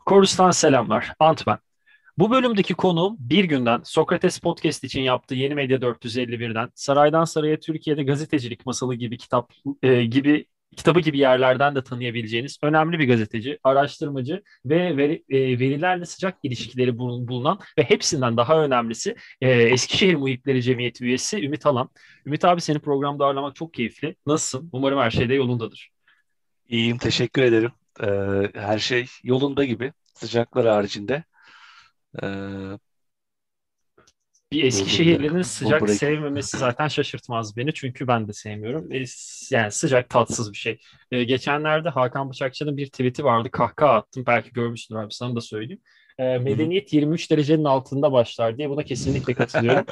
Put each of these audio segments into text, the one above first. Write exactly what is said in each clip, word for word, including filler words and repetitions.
Korus'tan selamlar. Ant ben. Bu bölümdeki konuğum bir günden Sokrates Podcast için yaptığı Yeni Medya dört yüz elli birden Saraydan Saraya Türkiye'de gazetecilik masalı gibi kitap e, gibi kitabı gibi yerlerden de tanıyabileceğiniz önemli bir gazeteci, araştırmacı ve veri- e, verilerle sıcak ilişkileri bul- bulunan ve hepsinden daha önemlisi e, Eskişehir Muhipleri Cemiyeti üyesi Ümit Alan. Ümit abi seni programda ağırlamak çok keyifli. Nasılsın? Umarım her şey de yolundadır. İyiyim, teşekkür ederim. Ee, her şey yolunda gibi. Sıcaklar haricinde. Ee, Bir böyle Eskişehirli'nin bu sıcak break. sevmemesi zaten şaşırtmaz beni. Çünkü ben de sevmiyorum. E, Yani sıcak tatsız bir şey. E, geçenlerde Hakan Bıçakçı'nın bir tweet'i vardı. Kahkaha attım. Belki görmüşsündür abi, sana da söyleyeyim. E, Hı hı. medeniyet yirmi üç derecenin altında başlar diye, buna kesinlikle katılıyorum.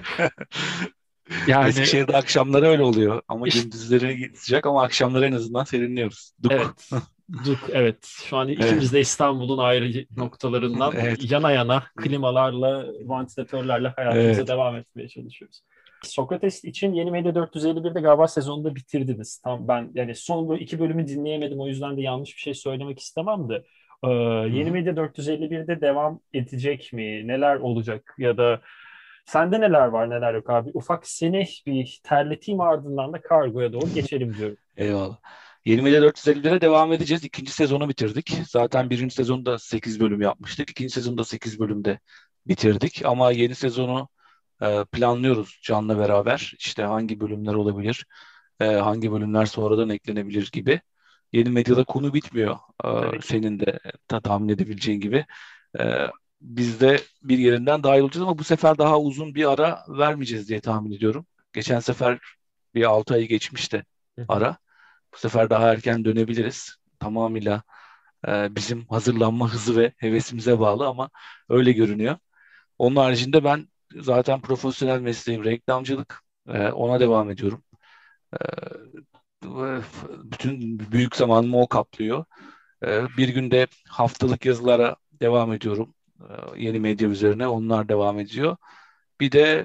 Yani Eskişehir'de akşamları öyle oluyor ama işte gündüzleri sıcak ama akşamları en azından serinliyoruz. Duk. evet. Duk, evet. Şu an Evet. ikimiz de İstanbul'un ayrı noktalarından Evet. yana yana klimalarla, vantilatörlerle hayatımıza Evet. devam etmeye çalışıyoruz. Sokrates için Yeni Medya dört yüz elli birde galiba sezonda bitirdiniz. Tam ben yani son bu iki bölümü dinleyemedim, o yüzden de yanlış bir şey söylemek istemem de. Ee, Hı Yeni hı. Medya dört yüz elli birde devam edecek mi? Neler olacak? Ya da sende neler var neler yok abi? Ufak seni bir terleteyim, ardından da kargoya doğru geçelim diyorum. Eyvallah. yirmi ile dört yüz elli bire devam edeceğiz. İkinci sezonu bitirdik. Zaten birinci sezonda sekiz bölüm yapmıştık. İkinci sezonda sekiz bölümde bitirdik. Ama yeni sezonu e, planlıyoruz Can'la beraber. İşte hangi bölümler olabilir, e, hangi bölümler sonradan eklenebilir gibi. Yeni medyada konu bitmiyor. E, Tabii ki. senin de ta- tahmin edebileceğin gibi. E, Biz de bir yerinden dahil olacağız ama bu sefer daha uzun bir ara vermeyeceğiz diye tahmin ediyorum. Geçen sefer bir altı ayı geçmişti Hı hı. ara. Bu sefer daha erken dönebiliriz. Tamamıyla e, bizim hazırlanma hızı ve hevesimize bağlı ama öyle görünüyor. Onun haricinde ben zaten profesyonel mesleğim reklamcılık. E, ona devam ediyorum. E, ve Bütün büyük zamanımı o kaplıyor. E, bir günde haftalık yazılara devam ediyorum. E, yeni medya üzerine onlar devam ediyor. Bir de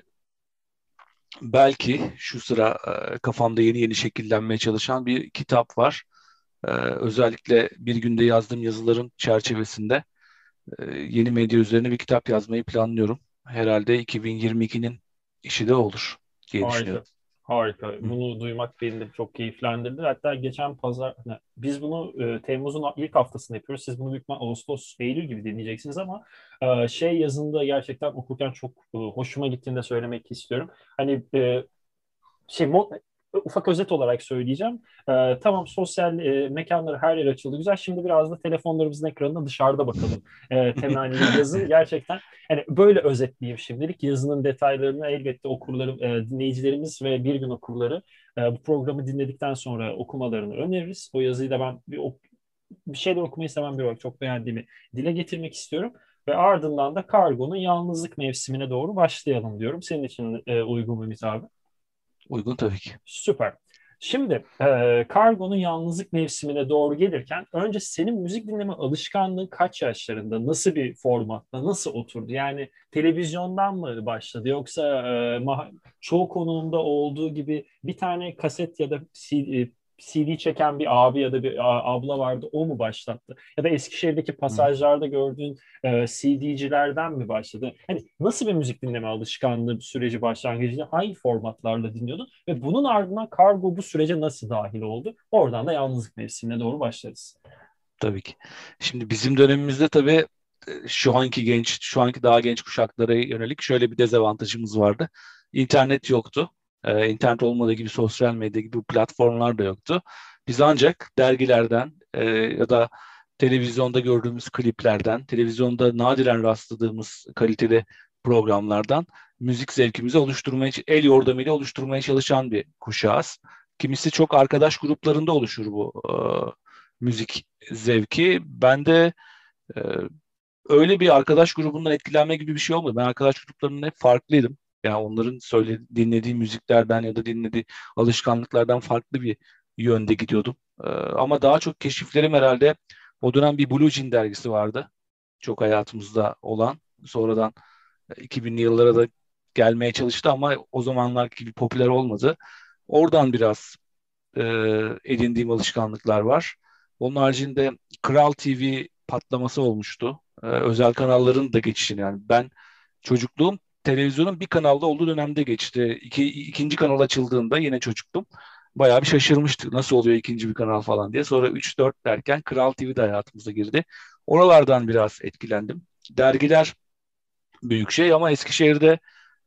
belki şu sıra e, kafamda yeni yeni şekillenmeye çalışan bir kitap var. Ee, özellikle bir günde yazdığım yazıların çerçevesinde e, yeni medya üzerine bir kitap yazmayı planlıyorum. Herhalde iki bin yirmi ikinin işi de olur diye düşünüyorum. Harika. Harika. Hı. Bunu duymak beni de çok keyiflendirdi. Hatta geçen pazar, ne, biz bunu e, Temmuz'un ilk haftasında yapıyoruz. Siz bunu büyük ihtimal Ağustos, Eylül gibi dinleyeceksiniz ama e, şey yazında gerçekten okurken çok e, hoşuma gittiğini de söylemek istiyorum. Hani e, şey mo- ufak özet olarak söyleyeceğim. Ee, tamam, sosyal e, mekanları her yer açıldı. Güzel. Şimdi biraz da telefonlarımızın ekranına dışarıda bakalım. Ee, temelli yazı gerçekten, yani böyle özetleyeyim şimdilik. Yazının detaylarını elbette okurlarım, e, dinleyicilerimiz ve bir gün okurları e, bu programı dinledikten sonra okumalarını öneririz. O yazıyı da ben bir, ok- bir şeyler okumayı seven biri olarak çok beğendiğimi dile getirmek istiyorum. Ve ardından da kargonun yalnızlık mevsimine doğru başlayalım diyorum. Senin için e, uygun mu Ümit abi? Uygun tabii ki. Süper. Şimdi e, kargonun yalnızlık mevsimine doğru gelirken önce senin müzik dinleme alışkanlığın kaç yaşlarında, nasıl bir formatta, nasıl oturdu? Yani televizyondan mı başladı, yoksa e, ma- çoğu konuğumda olduğu gibi bir tane kaset ya da C D, C D çeken bir abi ya da bir a- abla vardı, o mu başlattı? Ya da Eskişehir'deki Hı. pasajlarda gördüğün e, C D'cilerden mi başladı? Hani nasıl bir müzik dinleme alışkanlığı süreci başlangıcında hangi formatlarla dinliyordun ve bunun ardından kargo bu sürece nasıl dahil oldu? Oradan da yalnızlık mevsimine doğru başlarız. Tabii ki. Şimdi bizim dönemimizde tabii e, şu anki genç, şu anki daha genç kuşaklara yönelik şöyle bir dezavantajımız vardı. İnternet yoktu. Ee, internet olmadığı gibi sosyal medya gibi platformlar da yoktu. Biz ancak dergilerden e, ya da televizyonda gördüğümüz kliplerden, televizyonda nadiren rastladığımız kaliteli programlardan müzik zevkimizi oluşturmaya, el yordamıyla oluşturmaya çalışan bir kuşağız. Kimisi çok arkadaş gruplarında oluşur bu e, müzik zevki. Ben de e, öyle bir arkadaş grubundan etkilenme gibi bir şey olmadı. Ben arkadaş gruplarının hep farklıydım. Yani onların söyle dinlediği müziklerden ya da dinlediği alışkanlıklardan farklı bir yönde gidiyordum. E, ama daha çok keşiflerim herhalde o dönem bir Blue Jean dergisi vardı. Çok hayatımızda olan. Sonradan iki binli yıllara da gelmeye çalıştı ama o zamanlar gibi popüler olmadı. Oradan biraz e, edindiğim alışkanlıklar var. Onun haricinde Kral T V patlaması olmuştu. Ee, özel kanalların da geçişini, yani ben çocukluğum televizyonun bir kanalda olduğu dönemde geçti. İki, ikinci kanal açıldığında yine çocuktum. Bayağı bir şaşırmıştık. Nasıl oluyor ikinci bir kanal falan diye. Sonra üç dört derken Kral T V de hayatımıza girdi. Oralardan biraz etkilendim. Dergiler büyük şey ama Eskişehir'de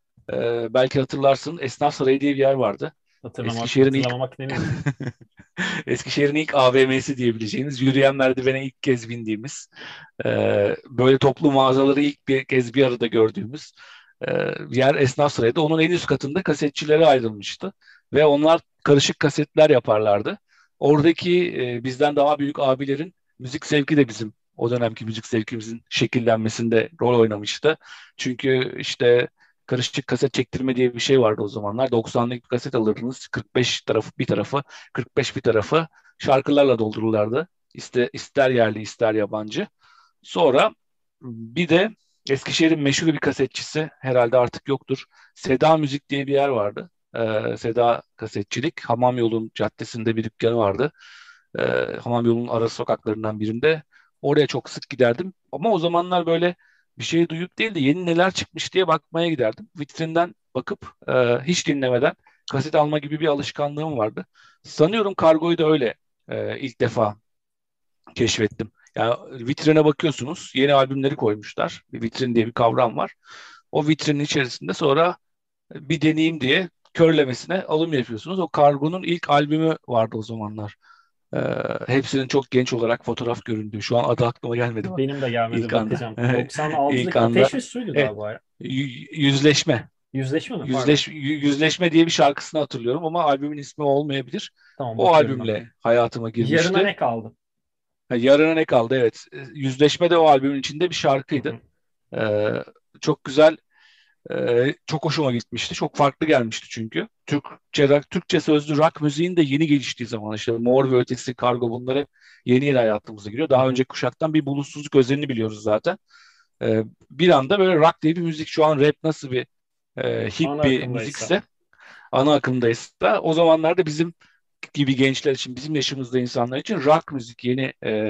e, belki hatırlarsın, Esnaf Sarayı diye bir yer vardı. Hatırlamak, Eskişehir'in ilk hatırlamamak ne mümkün. Eskişehir'in ilk A V M'si diyebileceğimiz, yürüyen merdivene ilk kez bindiğimiz, e, böyle toplu mağazaları ilk bir kez bir arada gördüğümüz e, yer Esnaf Sarayı'da. Onun en üst katında kasetçilere ayrılmıştı ve onlar karışık kasetler yaparlardı. Oradaki e, bizden daha büyük abilerin müzik zevki de bizim o dönemki müzik zevkimizin şekillenmesinde rol oynamıştı. Çünkü işte karışık kaset çektirme diye bir şey vardı o zamanlar. doksanlık bir kaset alırdınız. kırk beş tarafı bir tarafı, kırk beş bir tarafı şarkılarla doldururlardı. İste, ister yerli ister yabancı. Sonra bir de Eskişehir'in meşhur bir kasetçisi, herhalde artık yoktur, Seda Müzik diye bir yer vardı. Ee, Seda Kasetçilik. Hamam Yolun caddesinde bir dükkanı vardı. Ee, Hamam Yolun ara sokaklarından birinde. Oraya çok sık giderdim. Ama o zamanlar böyle bir şey duyup değil de yeni neler çıkmış diye bakmaya giderdim. Vitrinden bakıp e, hiç dinlemeden kaset alma gibi bir alışkanlığım vardı. Sanıyorum Kargo'yu da öyle e, ilk defa keşfettim. Yani vitrine bakıyorsunuz, yeni albümleri koymuşlar. Bir vitrin diye bir kavram var. O vitrinin içerisinde sonra bir deneyeyim diye körlemesine alım yapıyorsunuz. O Kargo'nun ilk albümü vardı o zamanlar. Ee, hepsinin çok genç olarak fotoğraf göründüğü. Şu an adı aklıma gelmedi bak. Benim de gelmedi, İlk anda. bakacağım. İlk doksan altıdaki anda. Ateş ve Su'ydu Evet. galiba ya. Y- Yüzleşme. Yüzleşme mi? Pardon. Yüzleş, Yüzleşme diye bir şarkısını hatırlıyorum ama albümün ismi olmayabilir. Tamam, O bakıyorum ben. albümle hayatıma Yarına girmişti. ne kaldı? Ha, Yarına ne kaldı? Evet. Yüzleşme de o albümün içinde bir Hı şarkıydı. hı. Ee, çok güzel, e, çok hoşuma gitmişti. Çok farklı gelmişti çünkü. Türkçe, rock- Türkçe sözlü rock müziğin de yeni geliştiği zaman işte Mor ve Ötesi, Kargo, bunlar hep yeni yeni hayatımıza giriyor. Hı Daha hı. önce kuşaktan bir bulutsuzluk özelliğini biliyoruz zaten. Ee, bir anda böyle rock diye bir müzik, şu an rap nasıl bir e, hip Ana bir akımdaysa. müzikse, ana akımdaysa, o zamanlarda bizim gibi gençler için, bizim yaşımızda insanlar için rock müzik yeni e,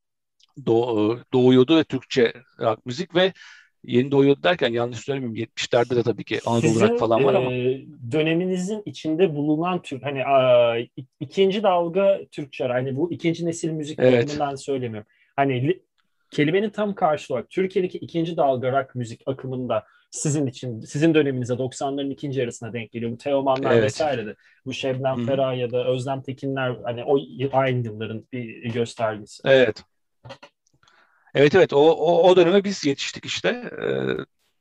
doğ- doğuyordu ve Türkçe rock müzik, ve yeni doğuyordu derken yanlış söylemeyeyim. yetmişlerde de tabii ki Anadolu rock Sizin e, falan var ama döneminizin içinde bulunan Türk hani a, ik- ikinci dalga Türkçe, hani bu ikinci nesil müzik evet, bakımından söylemiyorum. Hani li- kelimenin tam karşılığı olarak Türkiye'deki ikinci dalga rock müzik akımında sizin için, sizin döneminize doksanların ikinci yarısına denk geliyor. Bu Teomanlar evet. vesaire de, bu Şebnem Hı-hı. Ferah ya da Özlem Tekinler, hani o y- aynı yılların bir göstergesi. Evet. Evet, evet. O, o, o döneme biz yetiştik işte. Ee,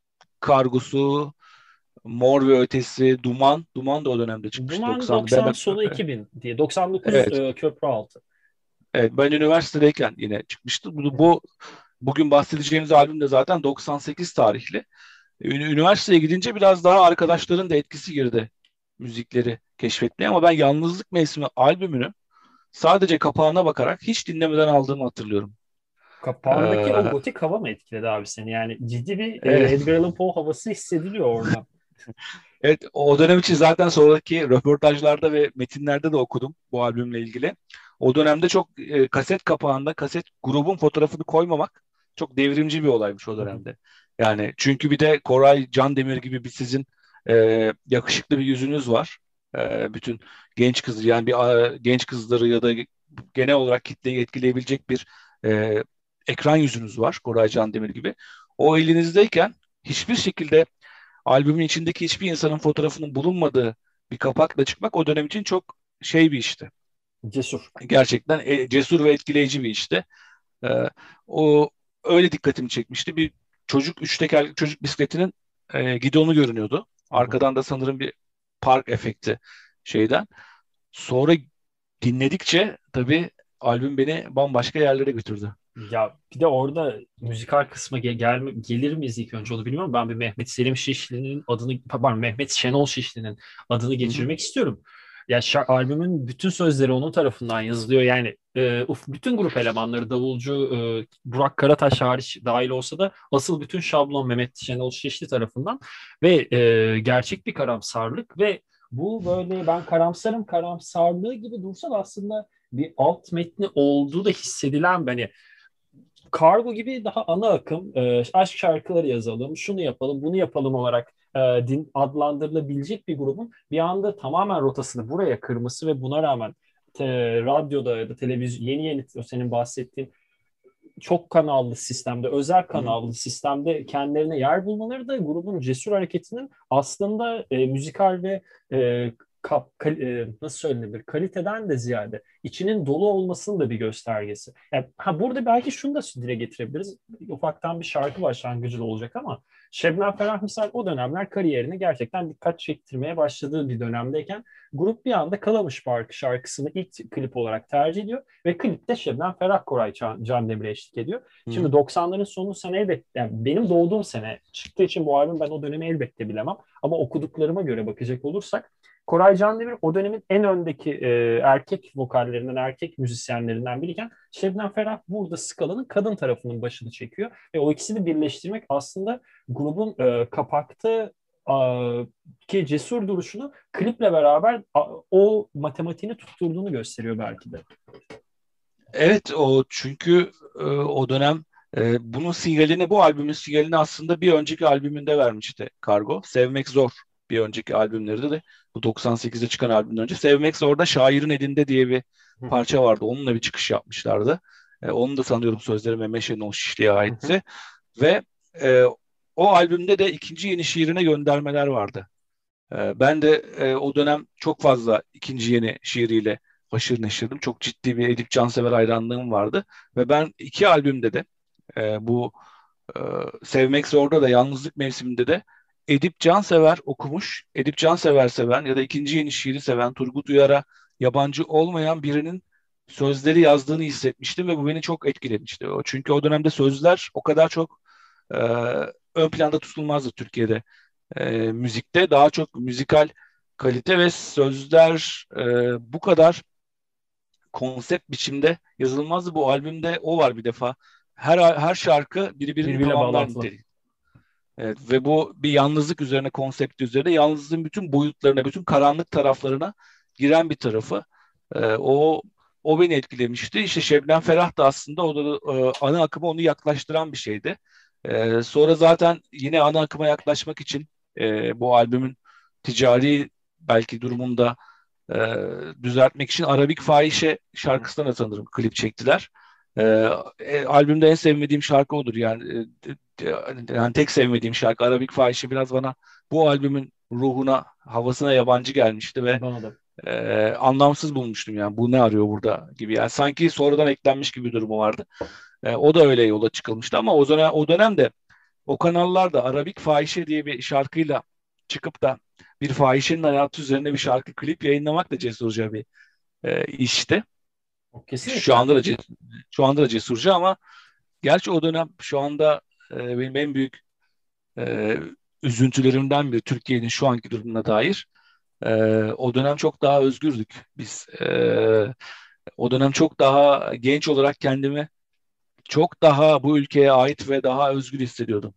Kargusu, Mor ve Ötesi, Duman. Duman da o dönemde çıkmıştı, Duman doksanlı. Ben, doksan ben, sonu iki bin diye. doksan dokuz evet. e, köprü altı. Evet, ben üniversitedeyken yine çıkmıştı. Bu, bu bugün bahsedeceğimiz albüm de zaten doksan sekiz tarihli. Ünü- Üniversiteye gidince biraz daha arkadaşların da etkisi girdi müzikleri keşfetmeye, ama ben Yalnızlık Mevsimi albümünü sadece kapağına bakarak hiç dinlemeden aldığımı hatırlıyorum. Kapağındaki o Ee, gotik hava mı etkiledi abi seni? Yani ciddi bir e, evet, Edgar Allan Poe havası hissediliyor oradan. evet, o dönem için zaten sonraki röportajlarda ve metinlerde de okudum bu albümle ilgili. O dönemde çok e, kaset kapağında kaset grubun fotoğrafını koymamak çok devrimci bir olaymış o dönemde. Yani çünkü bir de Koray Candemir gibi bir sizin e, yakışıklı bir yüzünüz var. E, bütün genç kız, yani bir a, genç kızları ya da genel olarak kitleyi etkileyebilecek bir e, ekran yüzünüz var, Koray Candemir gibi. O elinizdeyken hiçbir şekilde albümün içindeki hiçbir insanın fotoğrafının bulunmadığı bir kapakla çıkmak o dönem için çok şey bir işti. Cesur. Gerçekten e, cesur ve etkileyici bir işti. Ee, o öyle dikkatimi çekmişti. Bir çocuk, üç tekerlekli çocuk bisikletinin e, gidonu görünüyordu. Hı hı. Arkadan da sanırım bir park efekti şeyden. Sonra dinledikçe tabii albüm beni bambaşka yerlere götürdü. Ya bir de orada müzikal kısmı ge- gelme, gelir miyiz ilk önce onu bilmiyorum. Ben bir Mehmet Selim Şişli'nin adını, pardon, Mehmet Şenol Şişli'nin adını Hı hı. geçirmek istiyorum. Ya şa- albümün bütün sözleri onun tarafından yazılıyor. Yani e, uf, bütün grup elemanları, davulcu e, Burak Karataş hariç dahil olsa da asıl bütün şablon Mehmet Şenol Şişli tarafından ve e, gerçek bir karamsarlık ve bu böyle ben karamsarım karamsarlığı gibi dursa da aslında bir alt metni olduğu da hissedilen, hani Kargo gibi daha ana akım e, aşk şarkıları yazalım, şunu yapalım, bunu yapalım olarak e, din, adlandırılabilecek bir grubun bir anda tamamen rotasını buraya kırması ve buna rağmen te, radyoda ya da televizyon yeni yeni o senin bahsettiğin çok kanallı sistemde, özel Hı hı. kanallı sistemde kendilerine yer bulmaları da grubun cesur hareketinin aslında e, müzikal ve e, kap, kal- e, nasıl söylenebilir kaliteden de ziyade içinin dolu olmasının da bir göstergesi. Yani, ha, burada belki şunu da dile getirebiliriz. Ufaktan bir şarkı başlangıcı da olacak ama Şebnem Ferah misal o dönemler kariyerine gerçekten dikkat çektirmeye başladığı bir dönemdeyken grup bir anda Kalamış Parkı şarkısını ilk klip olarak tercih ediyor ve klipte Şebnem Ferah Koray Can, Can Demir'e eşlik ediyor. Hı Şimdi hı. doksanların sonu sen elbette yani benim doğduğum sene çıktığı için bu albüm ben o dönemi elbette bilemem ama okuduklarıma göre bakacak olursak Koray Can Demir o dönemin en öndeki e, erkek vokallerinden, erkek müzisyenlerinden biriyken Şebnem Ferah burada skalanın kadın tarafının başını çekiyor ve o ikisini birleştirmek aslında grubun e, kapakta e, ki cesur duruşunu kliple beraber a, o matematiğini tutturduğunu gösteriyor belki de. Evet, o çünkü e, o dönem e, bunun sinyalini, bu albümün sinyalini aslında bir önceki albümünde vermişti Kargo. Sevmek Zor, bir önceki albümlerde de, bu doksan sekizde çıkan albümden önce. Sevmek Zor'da Şairin Elinde diye bir Hı hı, parça vardı. Onunla bir çıkış yapmışlardı. E, onun da sanıyorum sözleri Mehmet Şenol Şişli'ye hı hı. aitti. Ve e, o albümde de ikinci yeni şiirine göndermeler vardı. E, ben de e, o dönem çok fazla ikinci yeni şiiriyle haşır neşirdim. Çok ciddi bir Edip Cansever hayranlığım vardı. Ve ben iki albümde de e, bu e, Sevmek Zor'da da Yalnızlık Mevsiminde de Edip Cansever okumuş, Edip Cansever seven ya da ikinci yeni şiiri seven, Turgut Uyar'a yabancı olmayan birinin sözleri yazdığını hissetmiştim ve bu beni çok etkilemişti. O çünkü o dönemde sözler o kadar çok e, ön planda tutulmazdı Türkiye'de. E, müzikte daha çok müzikal kalite ve sözler e, bu kadar konsept biçimde yazılmazdı. Bu albümde o var bir defa. Her her şarkı birbirini Birbiriyle tamamlar bağlantılı. nitelik. Evet, ve bu bir yalnızlık üzerine, konsept üzerine, yalnızlığın bütün boyutlarına, bütün karanlık taraflarına giren bir tarafı. Ee, o o beni etkilemişti. İşte Şebnem Ferah da aslında o da e, ana akıma onu yaklaştıran bir şeydi. Ee, sonra zaten yine ana akıma yaklaşmak için e, bu albümün ticari belki durumunda e, düzeltmek için Arabik Fahişe Hı hı. şarkısından da sanırım klip çektiler. E, e, albümde en sevmediğim şarkı odur yani. E, yani tek sevmediğim şarkı Arabik Fahişe biraz bana bu albümün ruhuna, havasına yabancı gelmişti ve Bana da. e, anlamsız bulmuştum yani. Bu ne arıyor burada gibi yani. Sanki sonradan eklenmiş gibi bir durumu vardı. E, o da öyle yola çıkılmıştı ama o dönem, o dönemde o kanallarda Arabik Fahişe diye bir şarkıyla çıkıp da bir fahişenin hayatı üzerine bir şarkı klip yayınlamak da cesurca bir e, işti. O Şu kesinlikle. anda da ces- şu anda da cesurca ama gerçi o dönem şu anda e, benim en büyük e, üzüntülerimden biri Türkiye'nin şu anki durumuna dair. E, o dönem çok daha özgürdük biz. E, o dönem çok daha genç olarak kendimi çok daha bu ülkeye ait ve daha özgür hissediyordum.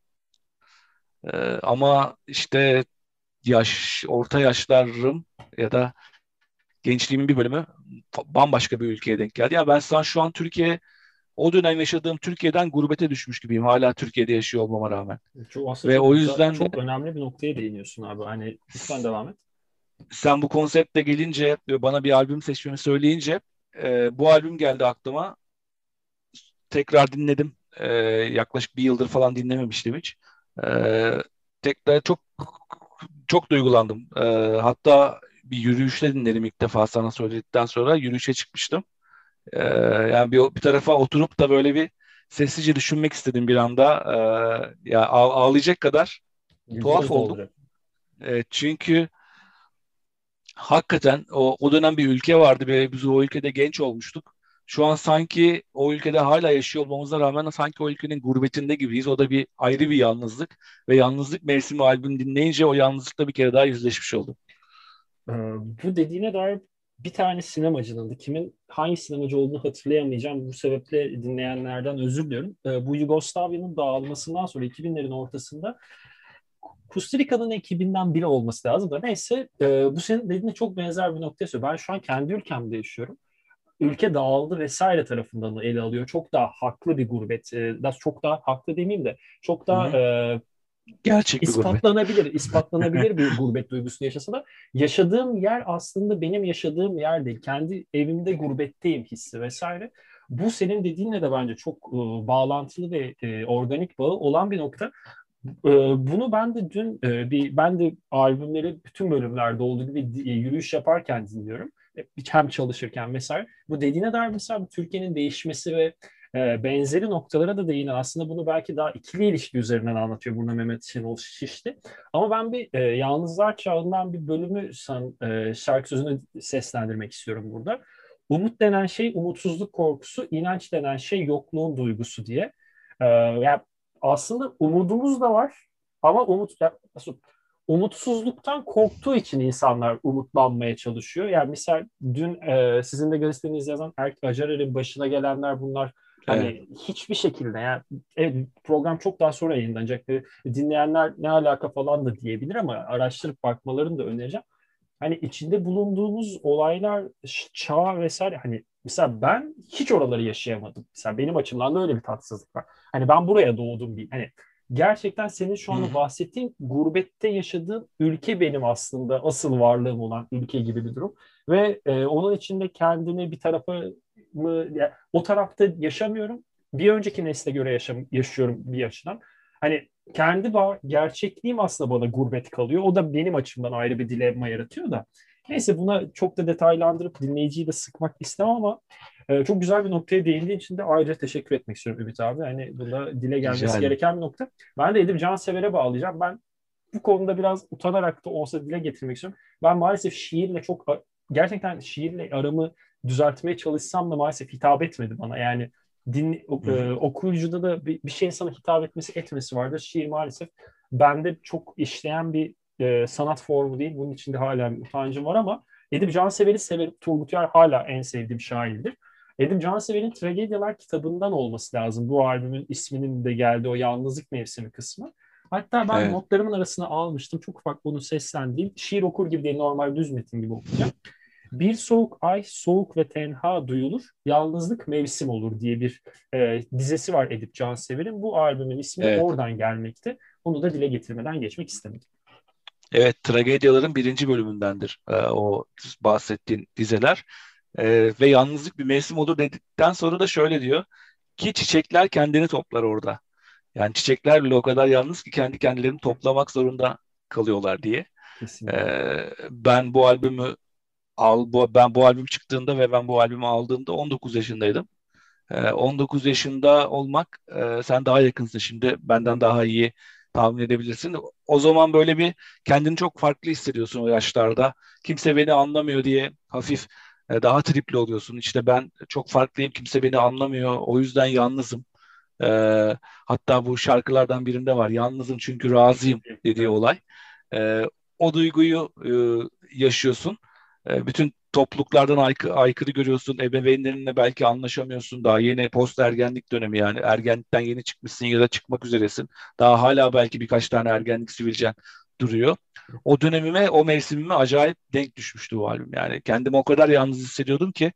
E, ama işte yaş, orta yaşlarım ya da gençliğimin bir bölümü bambaşka bir ülkeye denk geldi. Ya ben sana şu an Türkiye, o dönem yaşadığım Türkiye'den gurbete düşmüş gibiyim. Hala Türkiye'de yaşıyor olmama rağmen. Çok, aslında Ve çok o güzel, yüzden de çok önemli bir noktaya değiniyorsun abi. Hani lütfen devam et. sen bu konseptle gelince ve bana bir albüm seçmemi söyleyince e, bu albüm geldi aklıma. Tekrar dinledim. E, yaklaşık bir yıldır falan dinlememiştim hiç. E, tekrar çok çok duygulandım. E, hatta bir yürüyüşte dinledim ilk defa sana söyledikten sonra yürüyüşe çıkmıştım. E, yani bir, bir tarafa oturup da böyle bir sessizce düşünmek istedim bir anda. E, ya ağ- ağlayacak kadar tuhaf Göz oldum. dolduruyor. E, çünkü hakikaten o, o dönem bir ülke vardı ve biz o ülkede genç olmuştuk. Şu an sanki o ülkede hala yaşıyor olmamıza rağmen sanki o ülkenin gurbetinde gibiyiz. O da bir ayrı bir yalnızlık ve Yalnızlık Mevsimi albüm dinleyince o yalnızlıkla bir kere daha yüzleşmiş oldum. Ee, bu dediğine dair bir tane sinemacının da kimin hangi sinemacı olduğunu hatırlayamayacağım. Bu sebeple dinleyenlerden özür diliyorum. Ee, bu Yugoslavya'nın dağılmasından sonra iki binlerin ortasında Kusturica'nın ekibinden biri olması lazım da neyse e, bu senin dediğine çok benzer bir noktaya söylüyor. Ben şu an kendi ülkemde yaşıyorum. ülke dağıldı vesaire tarafından ele alıyor. Çok daha haklı bir gurbet. E, daha çok daha haklı demeyeyim de çok Hı daha hı. e, Gerçek bir gurbet. ispatlanabilir, ispatlanabilir bir gurbet duygusunu yaşasa da yaşadığım yer aslında benim yaşadığım yer değil. Kendi evimde gurbetteyim hissi vesaire. Bu senin dediğinle de bence çok e, bağlantılı ve e, organik bağı olan bir nokta. E, bunu ben de dün e, bir ben de albümleri bütün bölümlerde olduğu gibi di- yürüyüş yaparken dinliyorum. Hem çalışırken vesaire. Bu dediğine dair mesela bu Türkiye'nin değişmesi ve e, benzeri noktalara da değinen aslında bunu belki daha ikili ilişki üzerinden anlatıyor burada Mehmet Şenol Şişli. Ama ben bir e, Yalnızlar Çağı'ndan bir bölümü san, e, şarkı sözünü seslendirmek istiyorum burada. Umut denen şey umutsuzluk korkusu, inanç denen şey yokluğun duygusu diye. E, yani aslında umudumuz da var ama umut ya, nasıl- umutsuzluktan korktuğu için insanlar umutlanmaya çalışıyor. Yani misal dün e, sizin de gazeteniz yazan Erk Acarer'in başına gelenler bunlar Evet. hani hiçbir şekilde yani evet, program çok daha sonra yayınlanacak. E, Dinleyenler ne alaka falan da diyebilir ama araştırıp bakmalarını da önereceğim. Hani içinde bulunduğumuz olaylar, ş- çağ vesaire hani mesela ben hiç oraları yaşayamadım. Mesela benim açımdan da öyle bir tatsızlık var. Hani ben buraya doğdum bir hani gerçekten senin şu Hı anda hı. bahsettiğin gurbette yaşadığın ülke benim aslında asıl varlığım olan ülke gibi bir durum. Ve e, onun içinde kendini bir tarafa mı ya, o tarafta yaşamıyorum. Bir önceki nesle göre yaşam, yaşıyorum bir açıdan. Hani kendi var, gerçekliğim aslında bana gurbet kalıyor. O da benim açımdan ayrı bir dilemma yaratıyor da. Neyse buna çok da detaylandırıp dinleyiciyi de sıkmak istemem ama e, çok güzel bir noktaya değindiğin için de ayrıca teşekkür etmek istiyorum Ümit abi. Hani bunda dile Rica gelmesi ederim. gereken bir nokta. Ben de Edip Cansever'e bağlayacağım. Ben bu konuda biraz utanarak da olsa dile getirmek istiyorum. Ben maalesef şiirle çok gerçekten şiirle aramı düzeltmeye çalışsam da maalesef hitap etmedi bana. Yani din, Hı e, hı. okuyucuda da bir, bir şeyin sana hitap etmesi etmesi vardır. Şiir maalesef bende çok işleyen bir e, sanat formu değil. Bunun içinde hala bir utancım var ama Edip Cansever'i severim. Turgut Uyar hala en sevdiğim şairdir. Edip Cansever'in Tragedyalar kitabından olması lazım. Bu albümün isminin de geldiği o yalnızlık mevsimi kısmı. Hatta ben Evet. notlarımın arasına almıştım. Çok ufak bunu seslendireyim. Şiir okur gibi değil, normal düz metin gibi okuyacağım. Bir soğuk ay soğuk ve tenha duyulur, yalnızlık mevsim olur diye bir e, dizesi var Edip Cansever'in. Bu albümün ismi de Evet. oradan gelmekte. Onu da dile getirmeden geçmek istemedim. Evet. Tragedyaların birinci bölümündendir e, o bahsettiğin dizeler. E, ve yalnızlık bir mevsim olur dedikten sonra da şöyle diyor ki çiçekler kendini toplar orada. Yani çiçekler bile o kadar yalnız ki kendi kendilerini toplamak zorunda kalıyorlar diye. Kesinlikle. E, ben bu albümü al bu, ben bu albüm çıktığında ve ben bu albümü aldığımda on dokuz yaşındaydım. Ee, on dokuz yaşında olmak, e, sen daha yakınsın şimdi, benden daha iyi tahmin edebilirsin. O zaman böyle bir kendini çok farklı hissediyorsun o yaşlarda. Kimse beni anlamıyor diye hafif e, daha tripli oluyorsun. İşte ben çok farklıyım, kimse beni anlamıyor, o yüzden yalnızım. Ee, hatta bu şarkılardan birinde var, yalnızım çünkü razıyım dediği Evet. olay. Ee, o duyguyu e, yaşıyorsun. E, bütün topluluklardan aykı- aykırı görüyorsun. Ebeveynlerinle belki anlaşamıyorsun. Daha yeni post ergenlik dönemi, yani ergenlikten yeni çıkmışsın ya da çıkmak üzeresin. Daha hala belki birkaç tane ergenlik sivilcen duruyor. O dönemime, o mevsimime acayip denk düşmüştü bu albüm. Yani kendimi o kadar yalnız hissediyordum ki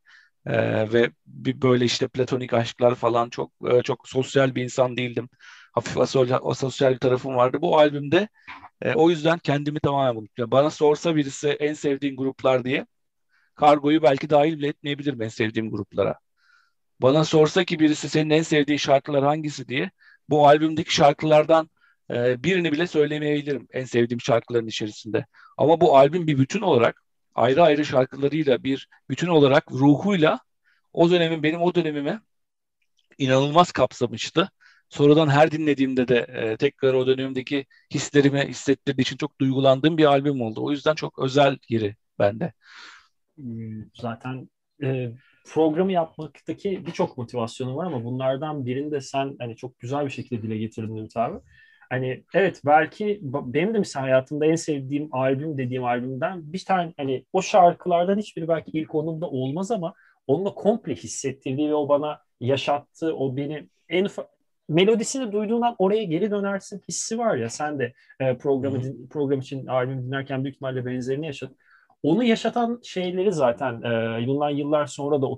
e, ve bir böyle işte platonik aşklar falan, çok e, çok sosyal bir insan değildim. Hafif asosyal, asosyal bir tarafım vardı. Bu albümde e, o yüzden kendimi tamamen buldum. Yani bana sorsa birisi en sevdiğin gruplar diye, Kargo'yu belki dahil bile etmeyebilirim en sevdiğim gruplara. Bana sorsa ki birisi senin en sevdiğin şarkılar hangisi diye, bu albümdeki şarkılardan e, birini bile söylemeyebilirim en sevdiğim şarkıların içerisinde. Ama bu albüm bir bütün olarak, ayrı ayrı şarkılarıyla bir bütün olarak, ruhuyla o dönemin, benim o dönemime inanılmaz kapsamıştı. Sonradan her dinlediğimde de e, tekrar o dönemdeki hislerimi hissettirdiği için çok duygulandığım bir albüm oldu. O yüzden çok özel yeri bende. Hmm, Zaten e, programı yapmaktaki birçok motivasyonu var ama bunlardan birini de sen hani çok güzel bir şekilde dile getirdin Ümit abi. Hani evet belki ba- benim de mesela hayatımda en sevdiğim albüm dediğim albümden bir tane hani o şarkılardan hiçbiri belki ilk onumda olmaz ama onunla komple hissettirdiği ve o bana yaşattığı o beni en ufak melodisini duyduğundan oraya geri dönersin hissi var ya sen de e, Hı programı hı. din- program için albüm dinlerken büyük ihtimalle benzerini yaşadın. Onu yaşatan şeyleri zaten e, bundan yıllar sonra da oturup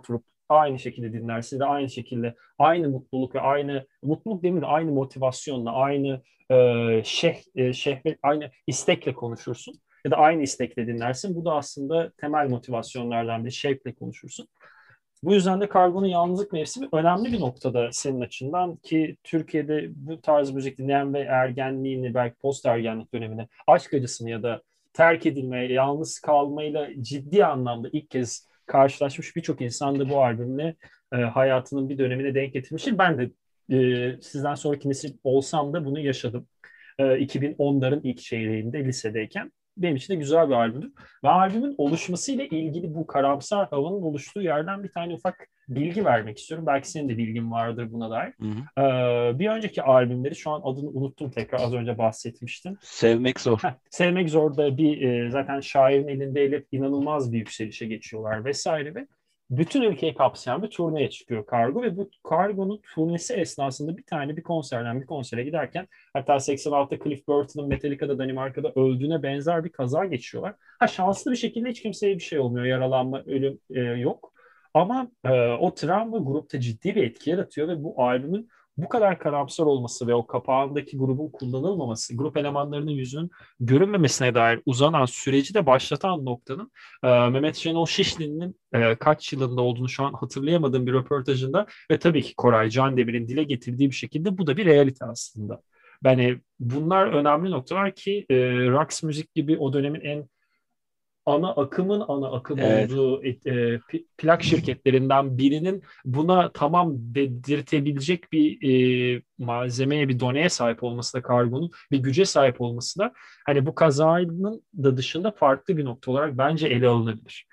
aynı şekilde dinlersin de aynı şekilde aynı mutluluk ve aynı mutluluk demeyeyim de aynı motivasyonla, aynı e, şeh, e, şehvet, aynı istekle konuşursun ya da aynı istekle dinlersin. Bu da aslında temel motivasyonlardan biri. Şevkle konuşursun. Bu yüzden de Kargo'nun yalnızlık mevsimi önemli bir noktada senin açından ki Türkiye'de bu tarz müzik dinleyen ve ergenliğini belki post ergenlik dönemine aşk acısını ya da terk edilmeye, yalnız kalmayla ciddi anlamda ilk kez karşılaşmış birçok insan da bu albümle e, hayatının bir dönemine denk getirmiştir. Ben de e, sizden sonraki nesil olsam da bunu yaşadım. E, iki bin onların ilk çeyreğinde lisedeyken. Benim için de güzel bir albümdür. Ve albümün oluşmasıyla ilgili bu karamsar havanın oluştuğu yerden bir tane ufak bilgi vermek istiyorum. Belki senin de bilgin vardır buna dair. Hı hı. Ee, bir önceki albümleri şu an adını unuttum tekrar az önce bahsetmiştim. Sevmek zor. Heh, Sevmek Zor'da bir e, zaten şairin elindeyle inanılmaz bir yükselişe geçiyorlar vesaire ve bütün ülkeyi kapsayan bir turneye çıkıyor Kargo ve bu Kargo'nun turnesi esnasında bir tane bir konserden bir konsere giderken hatta seksen altıda Cliff Burton'ın Metallica'da Danimarka'da öldüğüne benzer bir kaza geçiyorlar. Ha şanslı bir şekilde hiç kimseye bir şey olmuyor. Yaralanma, ölüm e, yok. Ama e, o travma grupta ciddi bir etki yaratıyor ve bu albümün bu kadar karamsar olması ve o kapağındaki grubun kullanılmaması, grup elemanlarının yüzünün görünmemesine dair uzanan süreci de başlatan noktanın e, Mehmet Şenol Şişli'nin e, kaç yılında olduğunu şu an hatırlayamadığım bir röportajında ve tabii ki Koray Candemir'in dile getirdiği bir şekilde bu da bir realite aslında. Yani bunlar önemli noktalar ki e, Rox müzik gibi o dönemin en ana akımın ana akım Evet. olduğu e, plak şirketlerinden birinin buna tamam dedirtebilecek bir e, malzemeye, bir doneye sahip olması da Kargo'nun bir güce sahip olması da hani bu kazanın da dışında farklı bir nokta olarak bence ele alınabilir.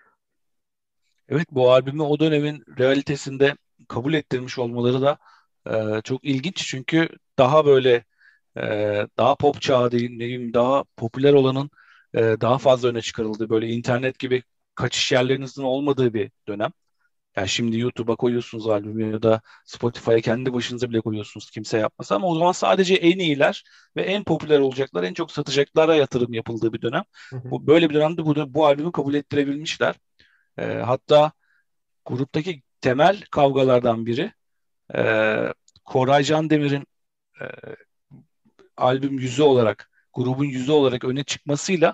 Evet, bu albümü o dönemin realitesinde kabul ettirmiş olmaları da e, çok ilginç. Çünkü daha böyle e, daha pop çağı diyeyim, diyeyim, daha popüler olanın e, daha fazla öne çıkarıldığı, böyle internet gibi kaçış yerlerinizin olmadığı bir dönem. Yani şimdi YouTube'a koyuyorsunuz albümü ya da Spotify'a kendi başınıza bile koyuyorsunuz kimse yapmasa, ama o zaman sadece en iyiler ve en popüler olacaklar, en çok satacaklara yatırım yapıldığı bir dönem. Hı hı. Bu böyle bir dönemde bu, bu albümü kabul ettirebilmişler. E, hatta gruptaki temel kavgalardan biri e, Koray Candemir'in e, albüm yüzü olarak, grubun yüzü olarak öne çıkmasıyla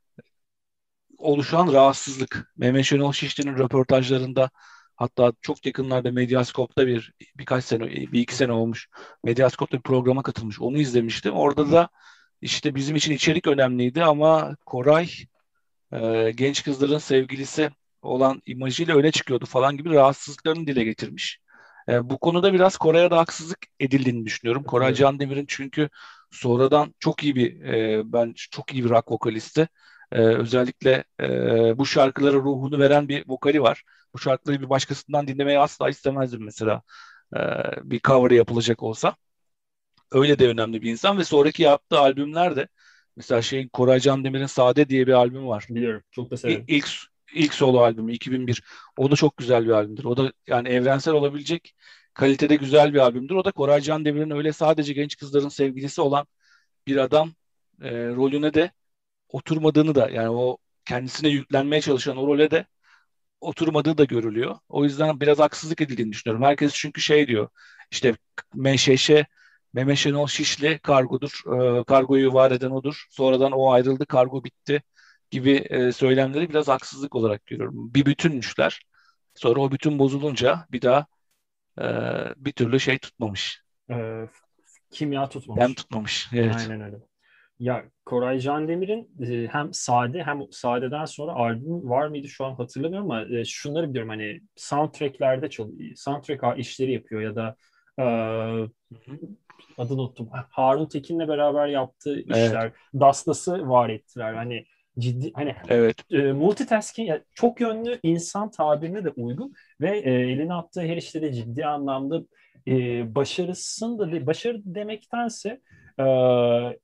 oluşan rahatsızlık. Mehmet Şenol Şişli'nin röportajlarında, hatta çok yakınlarda Medyaskop'ta bir birkaç sene, bir iki sene olmuş, Medyaskop'ta bir programa katılmış. Onu izlemiştim. Orada da işte bizim için içerik önemliydi ama Koray e, genç kızların sevgilisi olan imajıyla öne çıkıyordu falan gibi rahatsızlıklarını dile getirmiş. E, bu konuda biraz Koray'a da haksızlık edildiğini düşünüyorum. Koray Katılıyorum. Candemir'in çünkü sonradan çok iyi bir e, ben çok iyi bir rock vokalisti. E, özellikle e, bu şarkılara ruhunu veren bir vokali var. Bu şarkıları bir başkasından dinlemeyi asla istemezdim mesela. E, bir cover yapılacak olsa. Öyle de önemli bir insan ve sonraki yaptığı albümler de, mesela şeyin, Koray Candemir'in Sade diye bir albüm var. Biliyorum. Çok da İ- severim. İlk ilk solo albümü iki bin bir. O da çok güzel bir albümdür. O da yani evrensel olabilecek kalitede güzel bir albümdür. O da Koray Candemir'in öyle sadece genç kızların sevgilisi olan bir adam e, rolüne de oturmadığını da, yani o kendisine yüklenmeye çalışan o role de oturmadığı da görülüyor. O yüzden biraz haksızlık edildiğini düşünüyorum. Herkes çünkü şey diyor, işte M Ş Ş, Mehmet Şenol Şişli kargodur, e, kargoyu var eden odur. Sonradan o ayrıldı, kargo bitti gibi e, söylemleri biraz haksızlık olarak görüyorum. Bir bütünmüşler. Sonra o bütün bozulunca bir daha e, bir türlü şey tutmamış. Ee, Kimya Dem tutmamış. tutmamış. Evet. Aynen öyle. Ya Koray Candemir'in e, hem sade hem sadeden sonra albüm var mıydı şu an hatırlamıyorum ama e, şunları biliyorum hani soundtracklerde çalıyor, soundtrack işleri yapıyor ya da e, Hı hı. adını unuttum. Harun Tekin'le beraber yaptığı Evet. işler, Dastas'ı var ettiler. Hani ciddi hani Evet. e, multitasking yani çok yönlü insan tabirine de uygun ve e, eline attığı her işte de ciddi anlamda e, başarısını da başarı demektense e,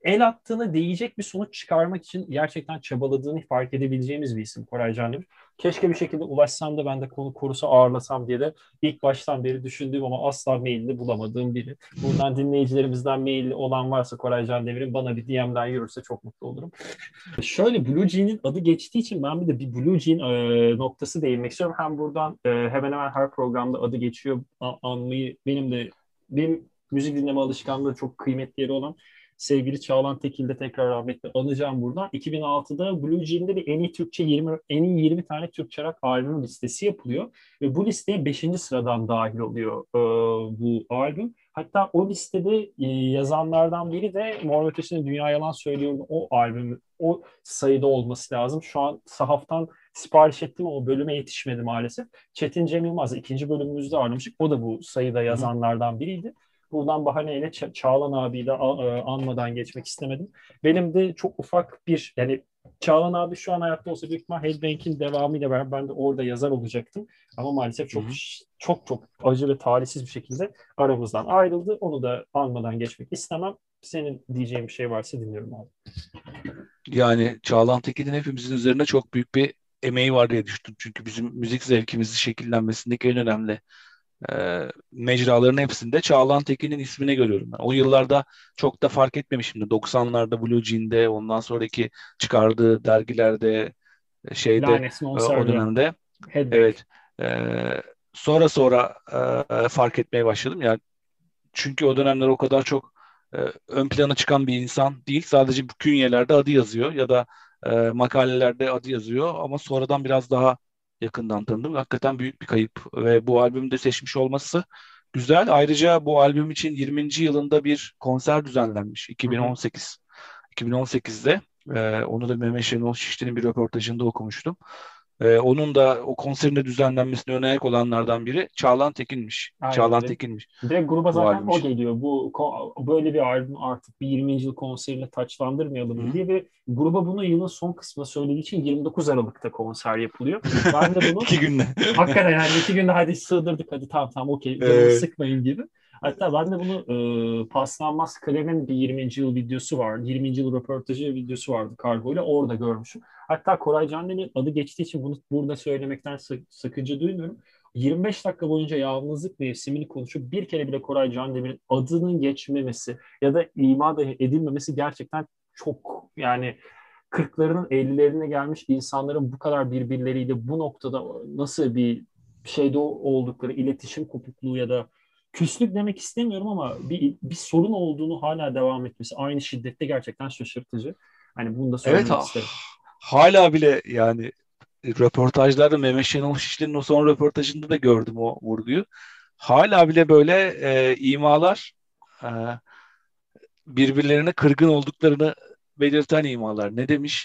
el attığına değecek bir sonuç çıkarmak için gerçekten çabaladığını fark edebileceğimiz bir isim Koray Can. Keşke bir şekilde ulaşsam da ben de konu konusu ağırlasam diye de ilk baştan beri düşündüğüm ama asla mailini bulamadığım biri. Buradan dinleyicilerimizden maili olan varsa Koray Can Demir'in bana bir D M'den yürürse çok mutlu olurum. Şöyle Blue Jean'in adı geçtiği için ben bir de bir Blue Jean e, noktası değinmek istiyorum. Hem buradan e, hemen hemen her programda adı geçiyor a- anmayı benim de benim müzik dinleme alışkanlığı çok kıymetli yeri olan sevgili Çağlan Tekil'de tekrar rahmetle anacağım buradan. iki bin altıda Blue Jean'de bir en iyi Türkçe yirmi en iyi yirmi tane Türkçe rock albüm listesi yapılıyor ve bu listeye beşinci sıradan dahil oluyor e, bu albüm. Hatta o listede e, yazanlardan biri de Mor ve Ötesi'nin Dünya Yalan Söylüyor'un o albüm o sayıda olması lazım. Şu an sahaftan sipariş ettim ama o bölüme yetişmedi maalesef. Çetin Cem Yılmaz ikinci bölümümüzde ağırlamıştık. O da bu sayıda Hı hı. yazanlardan biriydi. Buradan bahaneyle Ça- Çağlan abiyi de a- e, anmadan geçmek istemedim. Benim de çok ufak bir yani Çağlan abi şu an hayatta olsa büyük ihtimal Headbang'in devamıyla beraber ben de orada yazar olacaktım. Ama maalesef Hı çok hı. çok çok acı ve talihsiz bir şekilde aramızdan ayrıldı. Onu da anmadan geçmek istemem. Senin diyeceğin bir şey varsa dinliyorum abi. Yani Çağlan Tekin'in hepimizin üzerine çok büyük bir emeği var diye düşündüm. Çünkü bizim müzik zevkimizin şekillenmesindeki en önemli e, mecraların hepsinde Çağlan Tekin'in ismini görüyorum ben. O yıllarda çok da fark etmemişim de doksanlarda Blue Jean'de, ondan sonraki çıkardığı dergilerde, e, şeyde, Lanet e, o Monserrat, dönemde. Headbang. Evet. E, sonra sonra e, fark etmeye başladım. Yani çünkü o dönemler o kadar çok e, ön plana çıkan bir insan değil. Sadece bu künyelerde adı yazıyor ya da e, makalelerde adı yazıyor ama sonradan biraz daha yakından tanıdım. Hakikaten büyük bir kayıp ve bu albümde seçmiş olması güzel. Ayrıca bu albüm için yirminci yılında bir konser düzenlenmiş Hı hı. iki bin on sekiz. iki bin on sekizde e, onu da Mehmet Şenol Şişli'nin bir röportajında okumuştum. E, onun da o konserin de düzenlenmesine ön ayak olanlardan biri Çağlan Tekin'miş. Aynen Çağlan öyle. Tekin'miş Direkt gruba bu zaten albüm o için. geliyor. Bu ko- böyle bir albüm artık bir yirminci yıl konseriyle taçlandırmayalım Hı mı hı. diye ve gruba bunu yılın son kısmında söylediği için yirmi dokuz Aralık'ta konser yapılıyor. Ben de bunu İki günde. hakikaten yani iki günde hadi sığdırdık hadi tamam tamam okey canımı Ee, sıkmayın gibi. Hatta ben de bunu e, Paslanmaz Kalem'in bir yirminci yıl videosu var. yirminci yıl röportajı videosu vardı Kargo ile orada görmüşüm. Hatta Koray Canden'in adı geçtiği için bunu burada söylemekten sak- sakınca duymuyorum. yirmi beş dakika boyunca yalnızlık mevsimini konuşup bir kere bile Koray Candemir'in adının geçmemesi ya da ima dahi edilmemesi gerçekten çok yani kırklarının ellilerine gelmiş insanların bu kadar birbirleriyle bu noktada nasıl bir şeyde oldukları iletişim kopukluğu ya da küslük demek istemiyorum ama bir, bir sorun olduğunu hala devam etmesi aynı şiddette gerçekten şaşırtıcı. Hani bunu da evet söylemek ha- isterim. hala bile yani röportajlarda Mehmet Şenol Şişli'nin o son röportajında da gördüm o vurguyu. Hala bile böyle e, imalar, e, birbirlerine kırgın olduklarını belirten imalar. Ne demiş?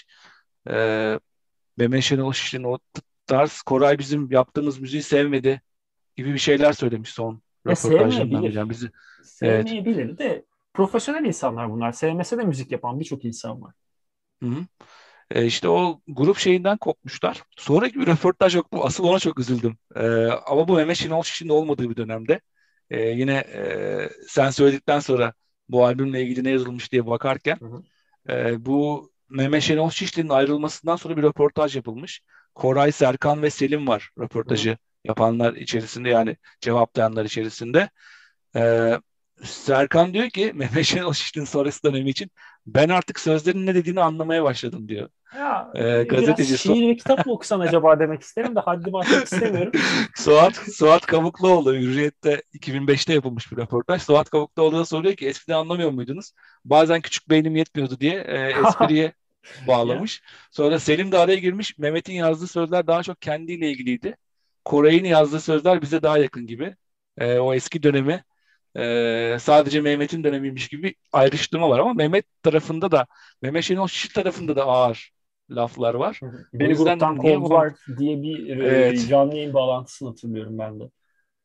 E, Mehmet Şenol Şişli'nin o t- tarz Koray bizim yaptığımız müziği sevmedi gibi bir şeyler söylemiş son Ya röportajlarından biri. Yani sevmeyebilir. bizi, evet. Sevmeyebilir de profesyonel insanlar bunlar. Sevmese de müzik yapan birçok insan var. Hı hı. E, işte o grup şeyinden kopmuşlar. Sonraki bir röportaj yok. Bu asıl ona çok üzüldüm. E, ama bu Mehmet Şenol Şiş'in olmadığı bir dönemde. E, yine e, sen söyledikten sonra bu albümle ilgili ne yazılmış diye bakarken Hı hı. e, bu Mehmet Şenol Şişli'nin ayrılmasından sonra bir röportaj yapılmış. Koray, Serkan ve Selim var Hı hı. röportajı yapanlar içerisinde, yani cevaplayanlar içerisinde. Ee, Serkan diyor ki Mehmet Şenol Şişli'nin sonrası dönemi için ben artık sözlerin ne dediğini anlamaya başladım diyor. Ya Ee, biraz gazeteci Su- şiir ve kitap mı okusan acaba demek isterim de haddimi aşmak istemiyorum. Suat, Suat Kavukluoğlu Hürriyet'te iki bin beşte yapılmış bir röportaj. Suat Kavukluoğlu da soruyor ki eskiden anlamıyor muydunuz? Bazen küçük beynim yetmiyordu diye e, espriye Ya. bağlamış. Sonra Selim de araya girmiş. Mehmet'in yazdığı sözler daha çok kendiyle ilgiliydi. Koray'ın yazdığı sözler bize daha yakın gibi. E, o eski dönemi Ee, sadece Mehmet'in dönemiymiş gibi bir ayrıştırma var ama Mehmet tarafında da Mehmet Şenol Şişi tarafında da ağır laflar var. Hı hı. O Beni yüzden gruptan dedim niye bu kovdular diye bir e, evet, canlı yayın bağlantısını hatırlıyorum ben de.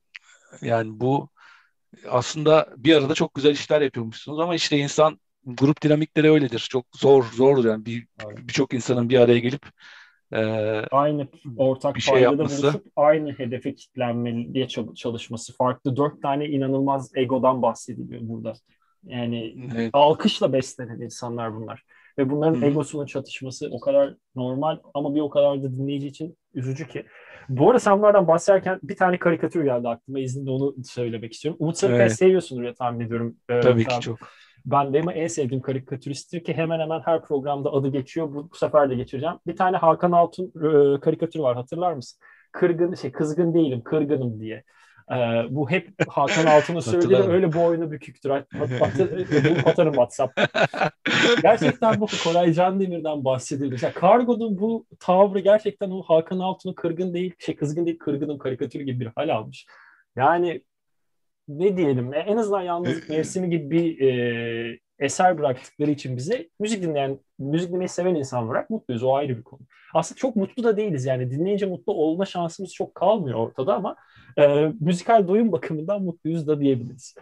yani bu aslında bir arada çok güzel işler yapıyormuşsunuz ama işte insan grup dinamikleri öyledir. Çok zor zordur yani bir Evet. birçok insanın bir araya gelip e, Aynı bir ortak şey paydada yapması. buluşup aynı hedefe kitlenmeye çal- çalışması. Farklı dört tane inanılmaz egodan bahsediliyor burada. Yani Evet. alkışla beslenen insanlar bunlar. Ve Hı bunların hı. egosunun çatışması o kadar normal ama bir o kadar da dinleyici için üzücü ki. Bu arada sen bunlardan bahsederken bir tane karikatür geldi aklıma. İzninle onu söylemek istiyorum. Umut Sarıkaya Evet. seviyorsundur ya tahmin ediyorum. Ee, Tabii Umut ki abi. çok. Ben benim en sevdiğim karikatüristtir ki hemen hemen her programda adı geçiyor. Bu, bu sefer de geçireceğim. Bir tane Hakan Altun e, karikatürü var, hatırlar mısın? Kırgın şey kızgın değilim, kırgınım diye. Ee, bu hep Hakan Altun'un söylediği Hatırladım. öyle boynu büküktür. Hat, hat, hatır- bulup atarım WhatsApp'tan. Gerçekten bu Koray Candemir'den bahsediyor. Mesela Kargo'nun bu tavrı gerçekten o Hakan Altun'un kırgın değil, şey kızgın değil, kırgınım karikatürü gibi bir hal almış. Yani ne diyelim, en azından Yalnızlık Mevsimi gibi bir e, eser bıraktıkları için bize müzik dinleyen, müzik dinlemeyi seven insan olarak mutluyuz. O ayrı bir konu. Aslında çok mutlu da değiliz yani. Dinleyince mutlu olma şansımız çok kalmıyor ortada ama e, müzikal doyum bakımından mutluyuz da diyebiliriz.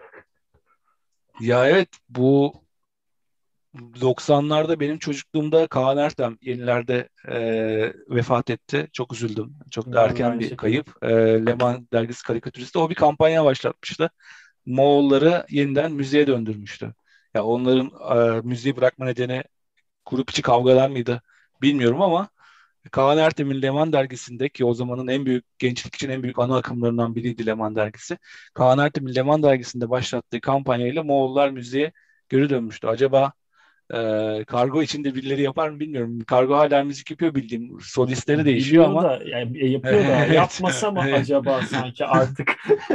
Ya evet, bu doksanlarda benim çocukluğumda Kaan Ertem yenilerde e, vefat etti. Çok üzüldüm. Çok da Ben de erken aynı bir şekilde. kayıp. E, Leman dergisi karikatüristi. O bir kampanya başlatmıştı. Moğolları yeniden müziğe döndürmüştü. Ya onların e, müziği bırakma nedeni grup içi kavgalar mıydı bilmiyorum ama Kaan Ertem'in Leman dergisinde, ki o zamanın en büyük gençlik için en büyük ana akımlarından biriydi Leman dergisi. Kaan Ertem'in Leman dergisinde başlattığı kampanyayla Moğollar müziğe geri dönmüştü. Acaba e, Kargo içinde birileri yapar mı bilmiyorum. Kargo hala müzik yapıyor, bildiğim solistleri değişiyor Biliyor ama da yani e, yapıyor da evet, yapmasa mı evet. acaba sanki artık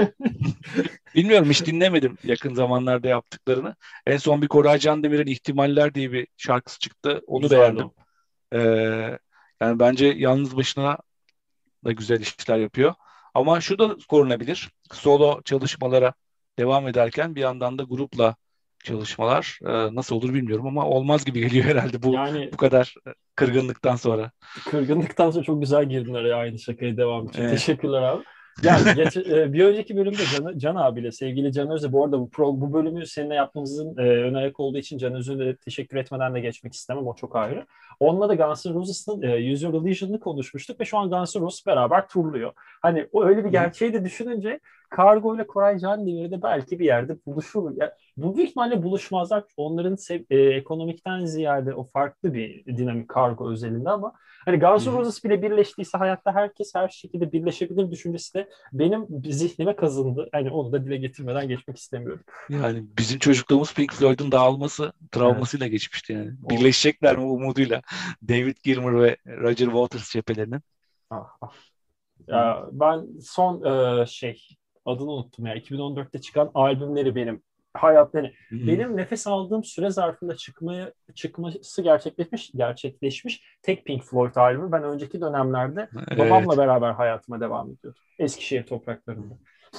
Bilmiyorum, hiç dinlemedim yakın zamanlarda yaptıklarını. En son bir Koray Candemir'in İhtimaller diye bir şarkısı çıktı. Onu güzeldi beğendim. o. Ee, Yani bence yalnız başına da güzel işler yapıyor. Ama şu da korunabilir. Solo çalışmalara devam ederken bir yandan da grupla çalışmalar e, nasıl olur bilmiyorum ama olmaz gibi geliyor herhalde bu Yani bu kadar e, kırgınlıktan sonra. kırgınlıktan sonra çok güzel girdin araya aynı şakaya devam için. Evet. Teşekkürler abi. Ya geç, e, bir önceki bölümde Can, Can abiyle, sevgili Can Öz'le, bu arada bu, pro, bu bölümü seninle yapmamızın e, ön ayak olduğu için Can Öz'e de teşekkür etmeden de geçmek istemem. O çok ayrı. Onunla da Guns N' Roses'ın e, Use Your Illusion'ını konuşmuştuk ve şu an Guns N' Roses beraber turluyor. Hani o öyle bir Hı hı. gerçeği de düşününce Kargo ile Koray Can Demir de belki bir yerde buluşur. Ya, bu büyük ihtimalle buluşmazlar. Onların sev- e, ekonomikten ziyade o farklı bir dinamik Kargo özelinde ama hani Hı Guns N' hı. Roses bile birleştiyse hayatta herkes her şekilde birleşebilir düşüncesi de benim zihnime kazındı. Hani onu da dile getirmeden geçmek istemiyorum. Yani bizim çocukluğumuz Pink Floyd'un dağılması Evet. travmasıyla geçmişti yani. Of. Birleşecekler mi umuduyla David Gilmour ve Roger Waters cephelerinin. Ah, ah. Hı hı. Ya ben son e, şey adını unuttum ya. iki bin on dörtte çıkan albümleri benim hayatları. Hı hı. Benim nefes aldığım süre zarfında çıkmaya çıkması gerçekleşmiş gerçekleşmiş tek Pink Floyd albümü. Ben önceki dönemlerde babamla Evet. beraber hayatıma devam ediyordum. Eskişehir topraklarında.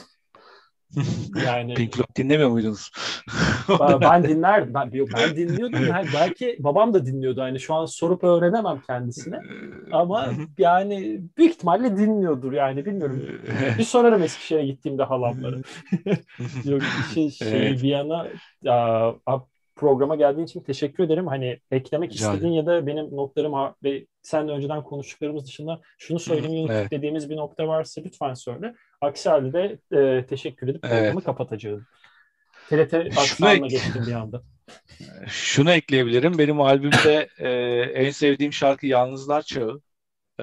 Yani Pink Floyd dinlemiyor muydunuz? O ben dönemde. dinlerdim. Ben, ben dinliyordum. Ben, belki babam da dinliyordu. Hani şu an sorup öğrenemem kendisine. Ama yani büyük ihtimalle dinliyordur yani bilmiyorum. Bir sorarım Eskişehir'e gittiğimde halamlara. Yok işin şeyi Evet. bir yana aa, programa geldiğin için teşekkür ederim. Hani eklemek Rica istediğin ederim. ya da benim notlarım ha- ve seninle önceden konuştuklarımız dışında şunu söylemeyi unuttuk Evet. dediğimiz bir nokta varsa lütfen söyle. Aksi halde de e, teşekkür edip Evet. programı kapatacağım. T R T Şunu aksanına ek, geçtim bir anda. şunu ekleyebilirim. Benim albümde e, en sevdiğim şarkı Yalnızlar Çağı. E,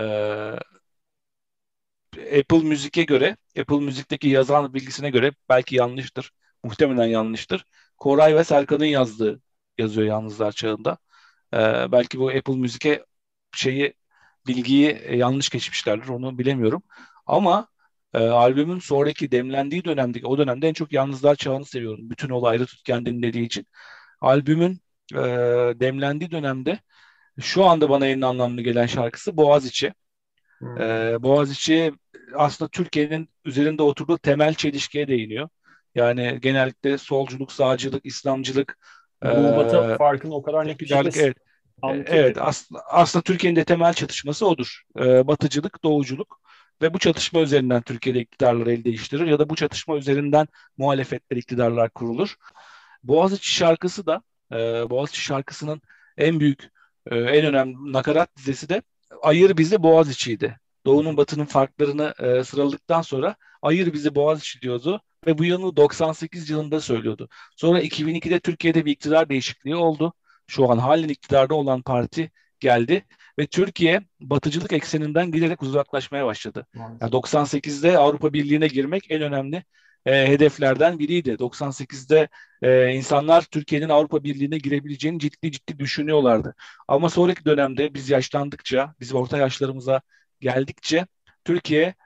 Apple Müzik'e göre, Apple Müzik'teki yazan bilgisine göre belki yanlıştır. Muhtemelen yanlıştır. Koray ve Serkan'ın yazdığı yazıyor Yalnızlar Çağı'nda. Ee, belki bu Apple Müzik'e şeyi bilgiyi e, yanlış geçmişlerdir. Onu bilemiyorum. Ama e, albümün sonraki demlendiği dönemdeki o dönemde en çok Yalnızlar Çağı'nı seviyorum. Bütün ol ayrı tut kendini dediği için. Albümün e, demlendiği dönemde şu anda bana en anlamlı gelen şarkısı Boğaziçi. Hmm. Ee, Boğaziçi aslında Türkiye'nin üzerinde oturduğu temel çelişkiye değiniyor. Yani genellikle solculuk, sağcılık, İslamcılık, e, Doğu Batı farkını o kadar net bir şekilde sekülerlik, evet. E, anlatıyor Evet, ki. aslında, aslında Türkiye'nin de temel çatışması odur. E, batıcılık, doğuculuk ve bu çatışma üzerinden Türkiye'de iktidarlar el değiştirir ya da bu çatışma üzerinden muhalefetler, iktidarlar kurulur. Boğaziçi şarkısı da e, Boğaziçi şarkısının en büyük, e, en önemli nakarat dizesi de Ayır Bizi Boğaziçi'ydi. Doğu'nun Batı'nın farklarını e, sıraladıktan sonra Ayır Bizi Boğaziçi diyordu ve bu yılını doksan sekiz yılında söylüyordu. Sonra iki bin ikide Türkiye'de bir iktidar değişikliği oldu. Şu an halen iktidarda olan parti geldi ve Türkiye batıcılık ekseninden giderek uzaklaşmaya başladı. Yani Maalesef. doksan sekizde Avrupa Birliği'ne girmek en önemli e, hedeflerden biriydi. doksan sekizde e, insanlar Türkiye'nin Avrupa Birliği'ne girebileceğini ciddi ciddi düşünüyorlardı. Ama sonraki dönemde biz yaşlandıkça, biz orta yaşlarımıza geldikçe Türkiye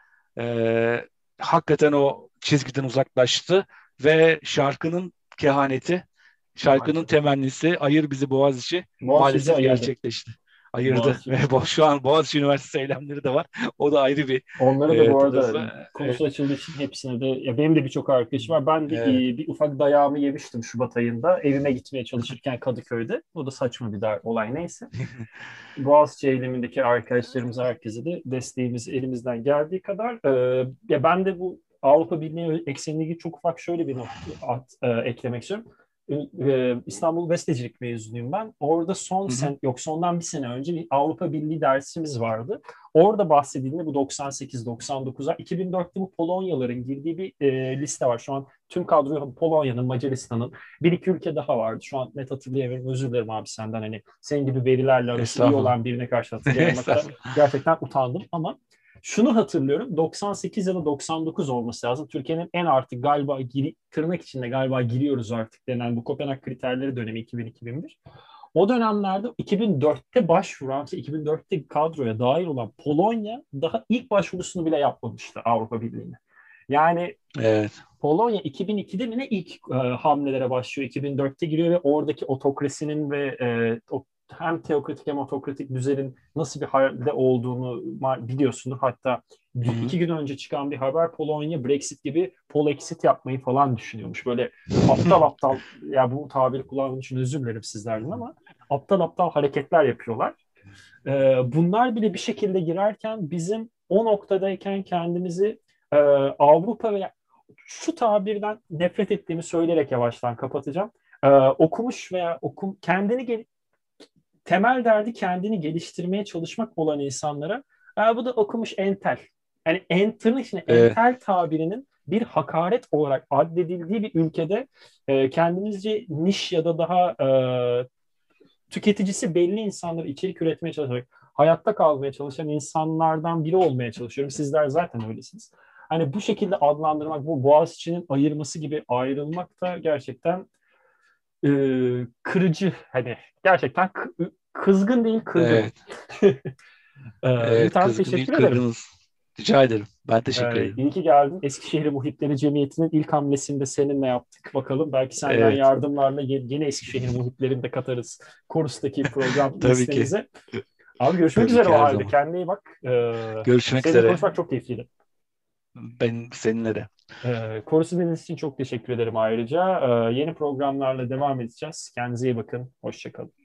e, hakikaten o çizgiden uzaklaştı ve şarkının kehaneti, şarkının Maalesef. temennisi ayır bizi Boğaziçi Boğaziçi bizi maalesef ayırdı. gerçekleşti. Ayırdı Boğaziçi ve bizi. bu- şu an Boğaziçi Üniversitesi eylemleri de var. O da ayrı bir Onlara da e, bu arada tarzda. konusu açıldığı için hepsine de ya benim de birçok arkadaşım var. Ben bir, Evet. bir ufak dayağımı yemiştim Şubat ayında. Evime gitmeye çalışırken Kadıköy'de. O da saçma bir dar, olay neyse. Boğaziçi eylemindeki arkadaşlarımıza herkese de desteğimiz elimizden geldiği kadar. E, ya ben de bu Avrupa Birliği eksenine ilgili çok ufak şöyle bir not at, e, eklemek istiyorum. E, İstanbul Bestecilik mezunuyum ben. Orada son Hı hı. sen yok sondan bir sene önce bir Avrupa Birliği dersimiz vardı. Orada bahsedildiğinde bu doksan sekiz doksan dokuzlar iki bin dörtte bu Polonyaların girdiği bir e, liste var. Şu an tüm kadro Polonya'nın, Macaristan'ın bir iki ülke daha vardı. Şu an net hatırlayamıyorum. Özür dilerim abi senden hani senin gibi verilerle arası iyi Estağfurullah. olan birine karşı hatırlayamakta Estağfurullah. gerçekten utandım ama şunu hatırlıyorum. doksan sekiz ya da doksan dokuz olması lazım. Türkiye'nin en artık galiba giri, tırnak içinde galiba giriyoruz artık denen bu Kopenhag kriterleri dönemi iki bin iki bin bir. O dönemlerde iki bin dörtte başvuran, ki iki bin dörtte kadroya dahil olan Polonya daha ilk başvurusunu bile yapmamıştı Avrupa Birliği'ne. Yani Evet. Polonya iki bin ikide mi ne ilk e, hamlelere başlıyor? iki bin dörtte giriyor ve oradaki otokrasinin ve e, o, hem teokratik hem otokratik düzenin nasıl bir halde olduğunu biliyorsunuz. Hatta Hı bir, hı. iki gün önce çıkan bir haber Polonya Brexit gibi Polexit yapmayı falan düşünüyormuş. Böyle aptal aptal, ya bu tabiri kullandığım için özür dilerim sizlerden ama aptal aptal hareketler yapıyorlar. E, bunlar bile bir şekilde girerken bizim o noktadayken kendimizi e, Avrupa ve şu tabirden nefret ettiğimi söyleyerek yavaştan kapatacağım. Ee, okumuş veya okum kendini gel- temel derdi kendini geliştirmeye çalışmak olan insanlara "Aa, bu da okumuş entel." Yani en, tırnak içinde Evet. entel tabirinin bir hakaret olarak addedildiği bir ülkede e, kendimizce niş ya da daha e, tüketicisi belli insanlar içerik üretmeye çalışarak hayatta kalmaya çalışan insanlardan biri olmaya çalışıyorum. Sizler zaten öylesiniz. Hani bu şekilde adlandırmak, bu Boğaziçi'nin ayırması gibi ayrılmak da gerçekten e, kırıcı. Hani gerçekten kı- kızgın değil, kırgınım. Evet. e, Evet. Ümit abi Kızgın değil, teşekkür ederim. kırgınız. Rica ederim. Ben teşekkür E, ederim. iyi ki geldin. Eskişehir Muhitleri Cemiyeti'nin ilk hamlesini de seninle yaptık. Bakalım belki senden Evet. yardımlarla ye- yeni Eskişehir Muhitlerini de katarız Kurstaki program Tabii ki. listemize. Abi görüşmek Tabii üzere ki o her halde. zaman. Kendine iyi bak. Ee, Görüşmek seninle üzere. konuşmak çok keyifliydi. Ben seninle de. Ee, Korusu dinlediğiniz için çok teşekkür ederim ayrıca. Ee, yeni programlarla devam edeceğiz. Kendinize iyi bakın. Hoşçakalın.